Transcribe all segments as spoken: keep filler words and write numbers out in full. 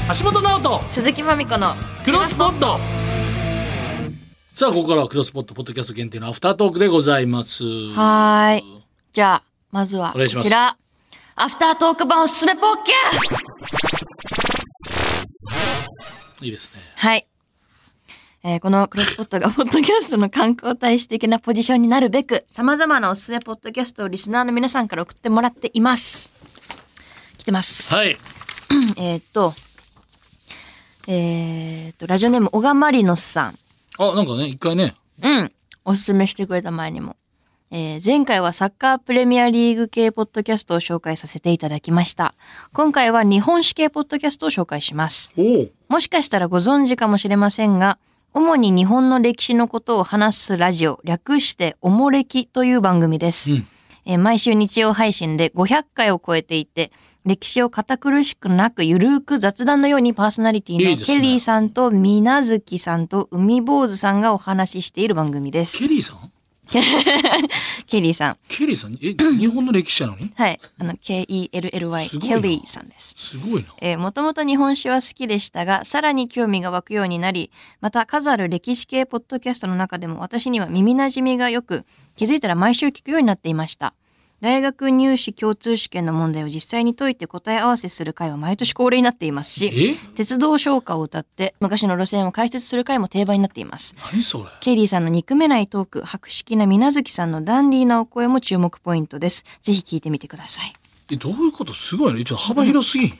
橋本直人鈴木まみこのクロスポット。さあここからはクロスポットポッドキャスト限定のアフタートークでございます。 はーい。じゃあまずはこちらアフタートーク版おすすめポッキャいいですね。 はい、えー、このクロスポットがポッドキャストの観光大使的なポジションになるべく様々なおすすめポッドキャストをリスナーの皆さんから送ってもらっています。来てます。 はい。 えーっとえーっとラジオネーム小川マリノスさん。 あ、なんかね、一回ね。 うん。おすすめしてくれた前にも。えー、前回はサッカープレミアリーグ系ポッドキャストを紹介させていただきました。今回は日本史系ポッドキャストを紹介します。 おう。 もしかしたらご存知かもしれませんが、主に日本の歴史のことを話すラジオ、略しておもれきという番組です。 うんえー、毎週日曜配信でごひゃっかいを超えていて、歴史を堅苦しくなくゆるーく雑談のようにパーソナリティのいいですねケリーさんとみなずきさんと海坊主さんがお話ししている番組です。 ケリーさんケリーさん。 ケリーさんえ、日本の歴史なのにはい。あの、ケーイーエルエルワイ、 すごいなケリーさんです。 すごいな。 えー、もともと日本史は好きでしたが、さらに興味が湧くようになり、また数ある歴史系ポッドキャストの中でも私には耳馴染みがよく、気づいたら毎週聞くようになっていました。大学入試共通試験の問題を実際に解いて答え合わせする会は毎年恒例になっていますし、 え鉄道唱歌を歌って昔の路線を解説する会も定番になっています。 何それ。 ケリーさんの憎めないトーク、博識な水無月さんのダンディーなお声も注目ポイントです。ぜひ聞いてみてください。 え、どういうこと。すごいね。ちょっと幅広すぎん。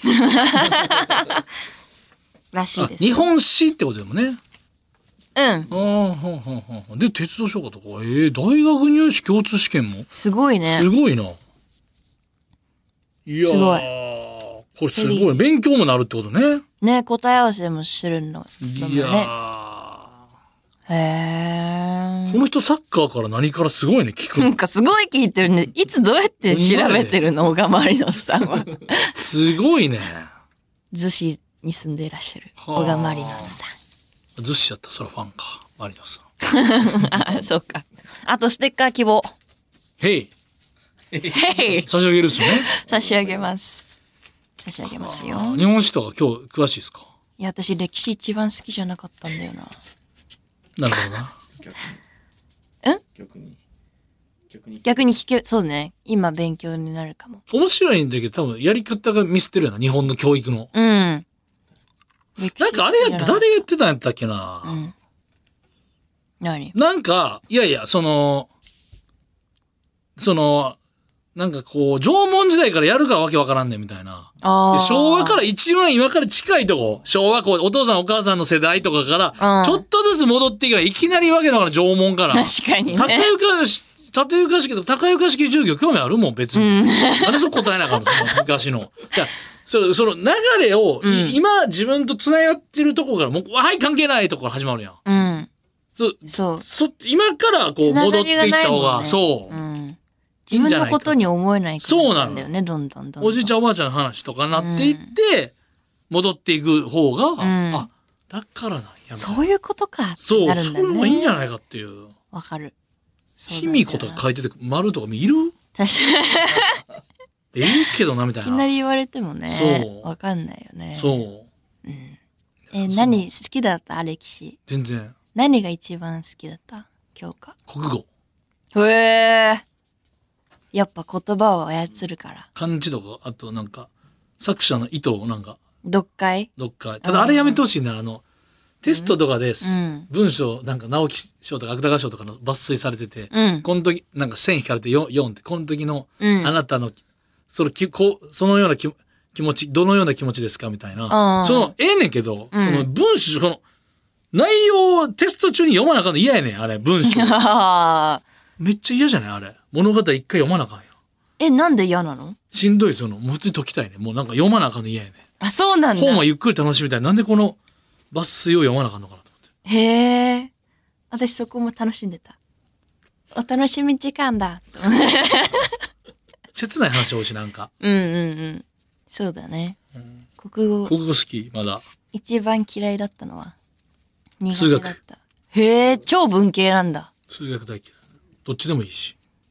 らしいです。 日本史ってことでもね。 うん。 ああ、はんはんはん。で、鉄道唱歌とか、えー、大学入試共通試験もすごいね。 すごいな。いやー、 すごいこれすごい。勉強もなるってことね。 ね、答え合わせもするの。 いやね。 ー、 へー。 この人サッカーから何からすごいね、聞くの。 なんかすごい聞いてるね。いつどうやって調べてるの小川マリノスさんは。 すごいね。 逗子に住んでいらっしゃるはあ小川マリノスさん。 ずっしちゃった、それファンか。マリノスさん。 あ、そうか。あとステッカー希望。 へい。 へい。 差し上げるっすよね。 差し上げます。差し上げますよ。 日本史とか今日詳しいですか。 いや、私歴史一番好きじゃなかったんだよな。 なるほどな。 ん逆に逆に逆に聞け、そうね。今勉強になるかも。 面白いんだけど、多分やり方がミスってるよな、日本の教育の。 うん。 なんかあれやって、誰が言ってたんやったっけな。 うん。何なんか、いやいや、その、その、なんかこう、縄文時代からやるからわけわからんねんみたいな。 あーで昭和から一番今から近いとこ、昭和こう、お父さんお母さんの世代とかから、 うんちょっとずつ戻っていけばいきなりわけだから縄文から。 確かにね。 縦床し、縦床式と高床式授業興味あるもん、別に。なんでそこ答えなあかんのその昔の。いや、そその流れを、 うんい今自分と繋がってるとこから、もう、はい、関係ないとこから始まるやん。 うん。 そ、 そう。 そ、今からこう戻っていった方が、そう。 うん。自分のことに思えないからなんだよね、どんどんどんどん。 おじいちゃんおばあちゃんの話とかなっていって、戻っていく方が、 んあ、だからなんやみたいな。 そういうことかってそう、 なるんだね。 それもいいんじゃないかっていう。 わかる。 卑弥呼とか書いてて丸とかいる確かに。 ええけどな、みたいな。 いきなり言われてもね。 そうわかんないよね。 そう。 え、何好きだった歴史。 全然。 何が一番好きだった教科。 国語。 へえ。やっぱ言葉を操るから。 漢字とか、あとなんか、作者の意図をなんか、 読解どっか。ただあれやめてほしいな、あの、テストとかです。 うん。 文章、なんか直木賞とか芥川賞とかの抜粋されてて、 うん。 この時、なんか線引かれてよんって、この時の、 うんあなたの、そのきこうそのような気気持ち、どのような気持ちですかみたいな。 うんその、ええねんけど、 うんその文章、この、内容をテスト中に読まなあかんの嫌やねん、あれ、文章。めっちゃ嫌じゃないあれ。物語一回読まなあかんやん。 え、なんで嫌なの？ しんどい、その、もう普通に解きたいね。もうなんか読まなあかんの嫌やねあ、そうなんん。 だ。 本はゆっくり楽しみたい。なんでこの抜粋を読まなあかんのかなと思って。 へえ。私そこも楽しんでた。お楽しみ時間だ。 切ない話多いし、なんか。 うんうんうん。そうだね。国語、 国語好き、まだ。 一番嫌いだったのは苦数学手だった。へえ、超文系なんだ。 数学大嫌い。どっちでもいいし。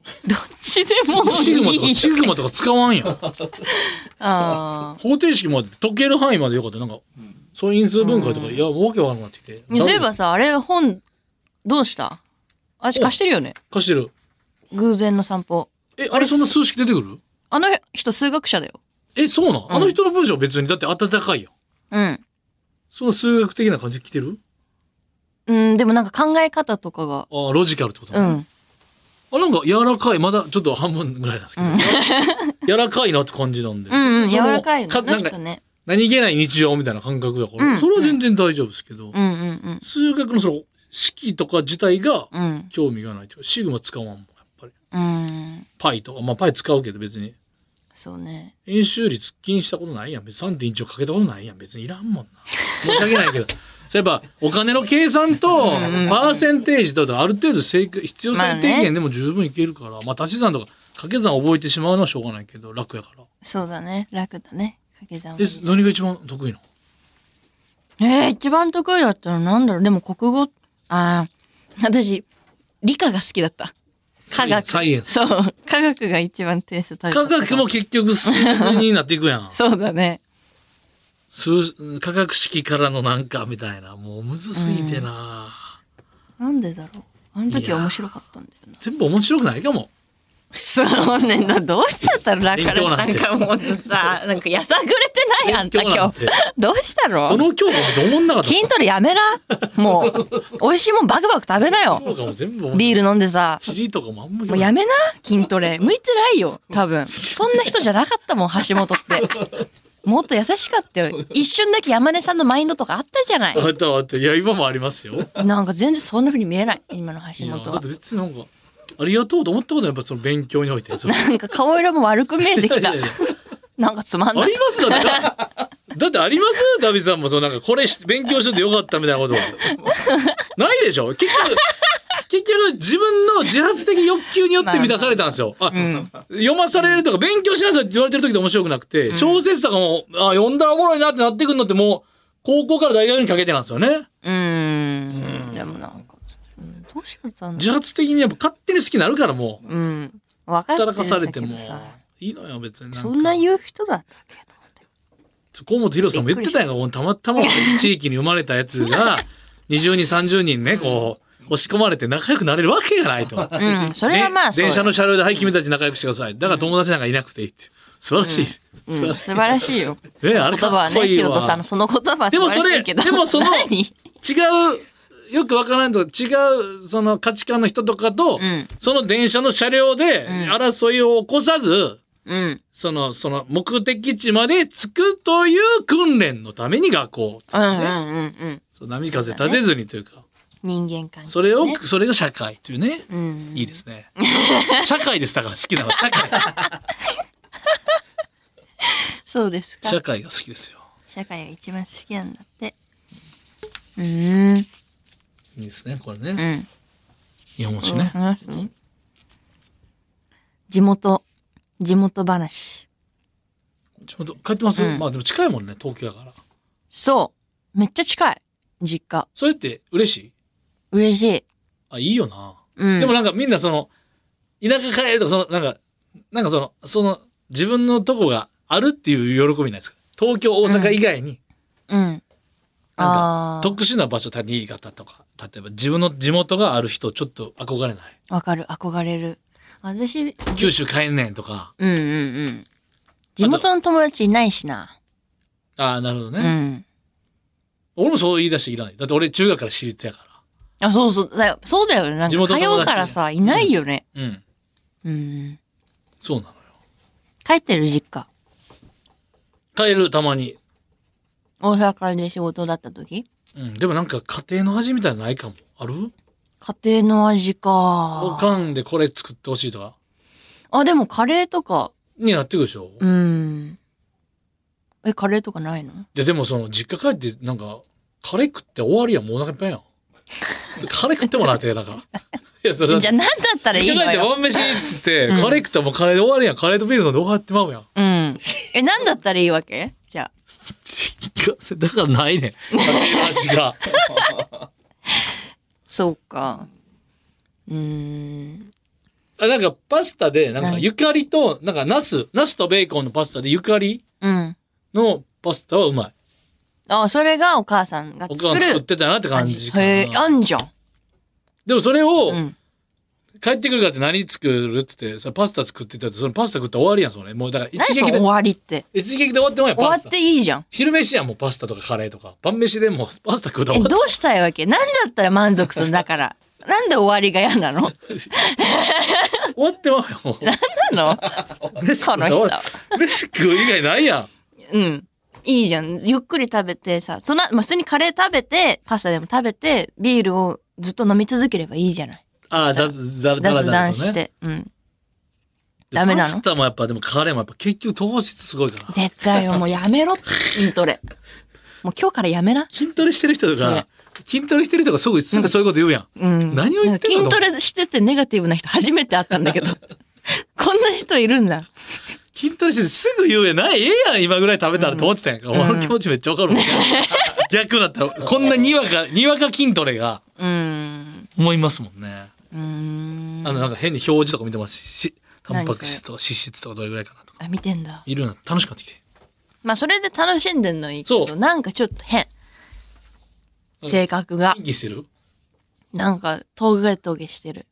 どっちでもシグマとかいいシグマとか使わんやん。 あ方程式まで解ける範囲までよかったなんか、そういう因数分解とか、いやもうわけわからなくなってきて。 あ。そういえばさ、あれ本どうした？私貸してるよね。 貸してる。 偶然の散歩。 え、あれそんな数式出てくる？ あの人数学者だよ。 え、そうなん？あの人の文章は別にだって温かいよ。 うん。 その数学的な感じ来てる？ うん、でもなんか考え方とかが。 ああ、ロジカルってことね。 うん。 あ、なんか柔らかい、まだちょっと半分ぐらいなんですけど。柔らかいなって感じなんで。 うんうん、 その柔らかいの。 かなんかあの人ね。 何気ない日常みたいな感覚だから、 うんそれは全然大丈夫ですけど、 うんうんうん。 数学のその式とか自体がうん。 興味がないというか、シグマ使わんもん、やっぱり。 うん。 パイとか、まあパイ使うけど別に。 そうね。 円周率気にしたことないやん。別に さんてんいち をかけたことないやん。別にいらんもんな。申し訳ないけど。そういえば、お金の計算と、パーセンテージと、ある程度正確必要最低限でも十分いけるから、まあ足し算とか掛け算覚えてしまうのはしょうがないけど、楽やから。 そうだね。楽だね。掛け算はえ、何が一番得意なの？ えー、一番得意だったのなんだろう。でも国語、ああ、私、理科が好きだった。科学。 サイエンス。 そう。科学が一番点数高い。 科学も結局数学になっていくやん。 そうだね。 数、科学式からのなんかみたいな、もうむずすぎてな、 なんでだろう。あの時は面白かったんだよな。 全部面白くないかも。 そうねんな。どうしちゃったのだからな勉強なんてんかもうさ、なんかやさぐれてないあんた今日勉強なんて。 どうしたのこの教科も別に思んなかった。 筋トレやめな。もう、美味しいもんバクバク食べなよ。 教科も全部面白い。 ビール飲んでさ。 チリとかもあんまりもうやめな筋トレ。向いてないよ。多分。そんな人じゃなかったもん、橋本って。もっと優しかったよ。一瞬だけ山根さんのマインドとかあったじゃない。 あったあった。いや、今もありますよ。 なんか全然そんな風に見えない。今のい橋本はやだって。別になんか、ありがとうと思ったことはやっぱその勉強において。そのなんか顔色も悪く見えてきたいやいやい。 なんかつまんないあり。ますだって。だってありますダビさんもそのなんかこれし勉強しててよかったみたいなこと。ないでしょ結局、結局自分の自発的欲求によって満たされたんですよ。あ、読まされるとか勉強しなさいって言われてる時で面白くなくて、小説とかも、あ、読んだらおもろいなってなってくるのってもう、高校から大学にかけてなんですよね。 うーん。でもなんか、うんどうしようったんだ自発的にやっぱ勝手に好きになるからもう、 うん。分かってるん働かされだてもけどさ。 いいのよ別になんか。 そんな言う人だったけど。 河本博さんも言ってたやんか、たまたま地域に生まれたやつが、にじゅうにん、さんじゅうにんね、こう、押し込まれて仲良くなれるわけがないと。 うん。それはまあそうよ。 電車の車両で、はい、君たち仲良くしてください。だから友達なんかいなくていいっていう。素晴らしい。素晴うんらしい。 素晴らしいよ。 ねあれ言葉はね、 かっこいいわヒロトさんのその言葉は素でもそれ、 晴らしいけど。 でもその、違何う、よくわからないと違う、その価値観の人とかと、 んその電車の車両で争いを起こさず、 うん。 その、その目的地まで着くという訓練のために学校。 うんうんうんうん。 そう波風立てずにというか、 人間関係。 それを、それが社会というね。 うん。 いいですね。社会ですだから好きなのは社会。 そうですか。 社会が好きですよ。 社会が一番好きなんだって。うーん。 いいですね、これね。 うん。 日本酒ね。 話すね地元、地元話。 ちょっと帰ってます、 うんまあでも近いもんね、東京だから。 そう。めっちゃ近い。実家。 それって嬉しい？ 嬉しい。 あ、いいよな。 うん。 でもなんかみんなその、田舎帰るとか、その、なんか、なんかその、その、自分のとこがあるっていう喜びないですか？東京、大阪以外に、 うん。 なんあかー特殊な場所、新潟とか、例えば自分の地元がある人、ちょっと憧れない？ わかる。憧れる。私、 九州帰んねんとか。 うんうんうん。地元の友達いないしな。 ああ、なるほどね。 うん。 俺もそう言い出していらない。だって俺中学から私立やかあ、そうそう。だよそうだよね。なん地か通元の友達うからさ、いないよね。 ら。うん。 うん。 そうなのよ。 帰ってる実家。 帰る、たまに。 大阪で仕事だった時うん。でもなんか家庭の味みたいなのないかも。ある？ 家庭の味おか。 かんでこれ作ってほしいとかあ、でもカレーとか、 になってくるでしょ？ うん。え、カレーとかないので、でもその実家帰ってなんか、カレー食って終わりやん。もうお腹いっぱいやん。カレー食ってもらって、なんか。いや、それだってじゃあ何だったらいい実家帰ってのよ。 晩飯っつって、カレー食ったらもうカレーで終わりやん。カレーとビール飲んで終わってまうやん。 うん。え、何だったらいいわけじゃあ。 だからないねん。家庭の味が。 そうか。うーん。 あ、なんかパスタで、なんかゆかりと、なんかナス、ナスとベーコンのパスタでゆかりうん。 のパスタはうまい。 あ、それがお母さんがお作る。 母さん作ってたなって感じかな。 へえ、あんじゃん。 でもそれを、 うん。 帰ってくるからって何作るって言って、そのパスタ作ってたって、そのパスタ食ったら終わりやん、それ。もうだから一撃で、 何その終わりって。 一撃で終わってもやパスタ。 終わっていいじゃん。 昼飯やん、もうパスタとかカレーとか。晩飯でもパスタ食うたらえ、 終わっどうしたいわけ？なんだったら満足するんだから。なんで終わりが嫌なの？ 終わってまうよ、もう。 なの飯食この人。 飯食う以外ないやん。 うん。いいじゃん。ゆっくり食べてさ、その、まあ、普通にカレー食べて、パスタでも食べて、ビールをずっと飲み続ければいいじゃない。 ああ、ざ、ざ、ざら雑ざらとね。 談して。うん。ダメなのパスタもやっぱ、でもカレーもやっぱ結局糖質すごいから。 絶対よ、もうやめろ、筋トレ。もう今日からやめな。 筋トレしてる人とそれか、筋トレしてる人がすぐ、すぐそういうこと言うやん。 うん。 何を言ってんのなんか筋トレしててネガティブな人初めて会ったんだけど。こんな人いるんだ。 筋トレしててすぐ言うやん。ない、ええやん、今ぐらい食べたらと思ってたやんか。俺の気持ちめっちゃわかるもん。逆だったら、こんなにわか、にわか筋トレが、 うーん。 思いますもんね。 うーん。 あの、なんか変に表示とか見てますし、タンパク質とか脂質とかどれぐらいかなとか。 あ、見てんだ。 いるの楽しくなってきて。 まあ、それで楽しんでんのいいけど、 そうなんかちょっと変。性格が。 元気してるなんか、トゲトゲしてる。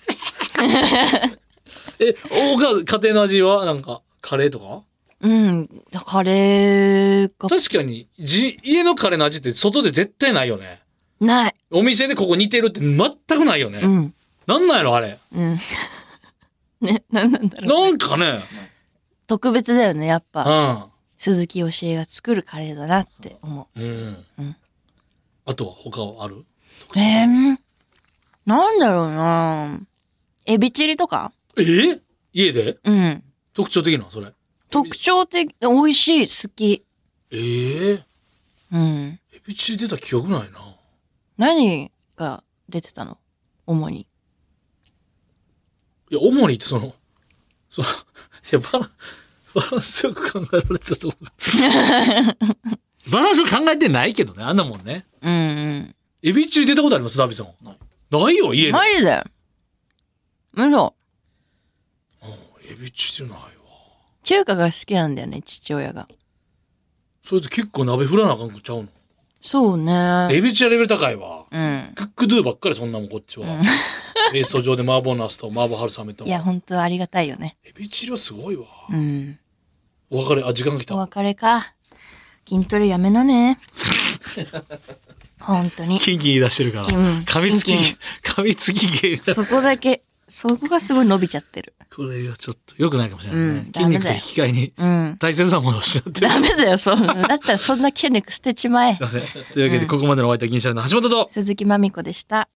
え、おか、家庭の味はなんか、カレーとかうん。カレーが確かに、じ、家のカレーの味って外で絶対ないよね。 ない。 お店でここ似てるって全くないよね。 うん。 なんなんやろ、あれ。 うん。ね、なんなんだろう。 なんかね、 特別だよね、やっぱ。 う鈴木教えが作るカレーだなって思う。 ん。うん。 うんあとは他はあるえー、なんだろうなエビチリとかえー家でうん。 特徴的なのそれ。 特徴的、美味しい、好き。 えー、 うん。 エビチリ出た記憶ないな。 何が出てたの主に。 いや、主にってその、その、いや、バラン、バランスよく考えられてたと思う。バランス考えてないけどね、あんなもんね。 うんうん。 エビチリ出たことありますダビさん。 ないないよ、家で。 マジで嘘。 エビチリないわ。 中華が好きなんだよね、父親が。 それと結構鍋振らなあかんくちゃうの。 そうね。 エビチリはレベル高いわ。 うん。 クックドゥばっかりそんなもんこっちは。ペースト上で麻婆ナスと麻婆春雨と。 いや、ほんとありがたいよね。 エビチリはすごいわ。 うん。 お別れ、あ、時間が来た。 お別れか。筋トレやめなね。本当に。 キンキン言い出してるから。 うん噛みつきキンキン、 噛みつき芸が。 そこだけ、そこがすごい伸びちゃってる。 これがちょっと良くないかもしれないね。 うん筋肉と引き換えにうん。 大切なものを失ってる。 ダメだよ、そんな。だったらそんな筋肉捨てちまえすい。ません。というわけで、ここまでのお相手は銀シャリの橋本と、 鈴木まみこでした。